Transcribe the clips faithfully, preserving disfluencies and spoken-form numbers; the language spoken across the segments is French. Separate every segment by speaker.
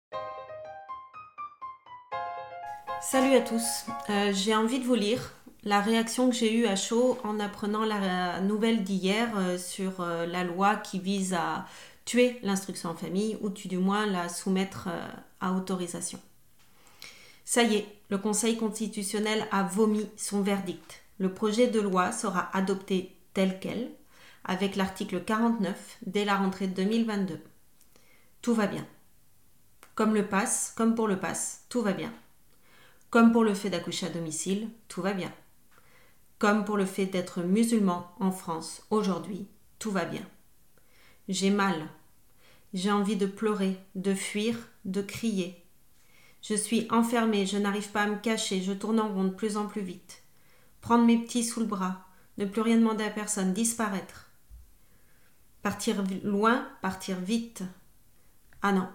Speaker 1: Salut à tous, Euh, j'ai envie de vous lire la réaction que j'ai eue à chaud en apprenant la nouvelle d'hier euh, sur euh, la loi qui vise à tuer l'instruction en famille ou tu du moins la soumettre euh, à autorisation. Ça y est, le Conseil constitutionnel a vomi son verdict. Le projet de loi sera adopté tel quel, avec l'article quarante-neuf dès la rentrée de deux mille vingt-deux. Tout va bien. Comme le pass, comme pour le pass, tout va bien. Comme pour le fait d'accoucher à domicile, tout va bien. Comme pour le fait d'être musulman en France aujourd'hui, tout va bien. J'ai mal. J'ai envie de pleurer, de fuir, de crier. Je suis enfermée, je n'arrive pas à me cacher, je tourne en rond de plus en plus vite. Prendre mes petits sous le bras, ne plus rien demander à personne, disparaître. Partir loin, partir vite. Ah non.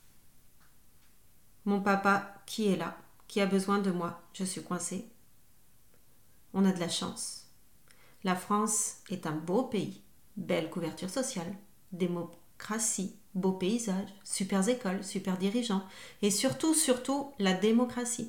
Speaker 1: Mon papa, qui est là, qui a besoin de moi, je suis coincée. On a de la chance. La France est un beau pays, belle couverture sociale, démocratie, beau paysage, super écoles, super dirigeants et surtout, surtout, la démocratie.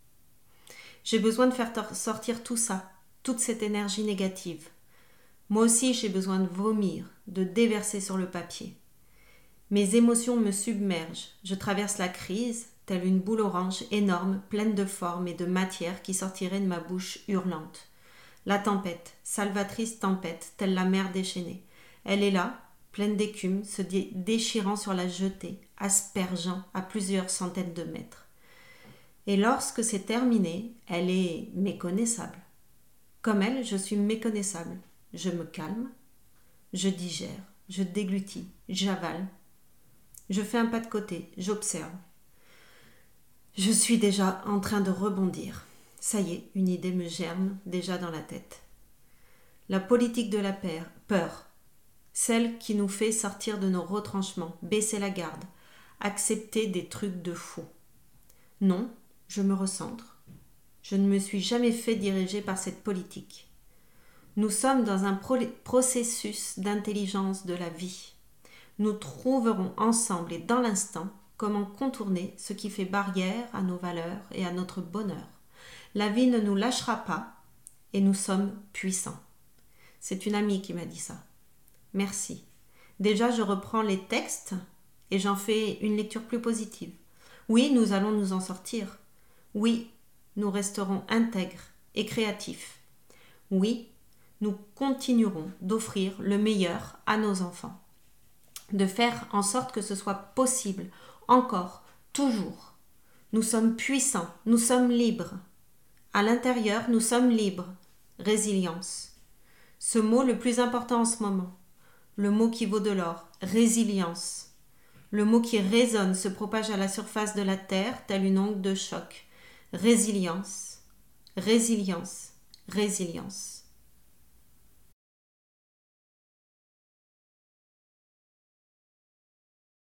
Speaker 1: J'ai besoin de faire sortir tout ça, toute cette énergie négative. Moi aussi, j'ai besoin de vomir, de déverser sur le papier. Mes émotions me submergent. Je traverse la crise, telle une boule orange énorme, pleine de forme et de matière qui sortirait de ma bouche hurlante. La tempête, salvatrice tempête, telle la mer déchaînée. Elle est là, pleine d'écume, se déchirant sur la jetée, aspergeant à plusieurs centaines de mètres. Et lorsque c'est terminé, elle est méconnaissable. Comme elle, je suis méconnaissable. Je me calme, je digère, je déglutis, j'avale. Je fais un pas de côté, j'observe. Je suis déjà en train de rebondir. Ça y est, une idée me germe déjà dans la tête. La politique de la peur, celle qui nous fait sortir de nos retranchements, baisser la garde, accepter des trucs de fou. Non, je me recentre. Je ne me suis jamais fait diriger par cette politique. Nous sommes dans un pro- processus d'intelligence de la vie. Nous trouverons ensemble et dans l'instant comment contourner ce qui fait barrière à nos valeurs et à notre bonheur. La vie ne nous lâchera pas et nous sommes puissants. C'est une amie qui m'a dit ça. Merci. Déjà, je reprends les textes et j'en fais une lecture plus positive. Oui, nous allons nous en sortir. Oui, nous resterons intègres et créatifs. Oui, nous continuerons d'offrir le meilleur à nos enfants. De faire en sorte que ce soit possible, encore, toujours. Nous sommes puissants, nous sommes libres. À l'intérieur, nous sommes libres. Résilience. Ce mot le plus important en ce moment. Le mot qui vaut de l'or. Résilience. Le mot qui résonne se propage à la surface de la terre, telle une onde de choc. Résilience. Résilience. Résilience.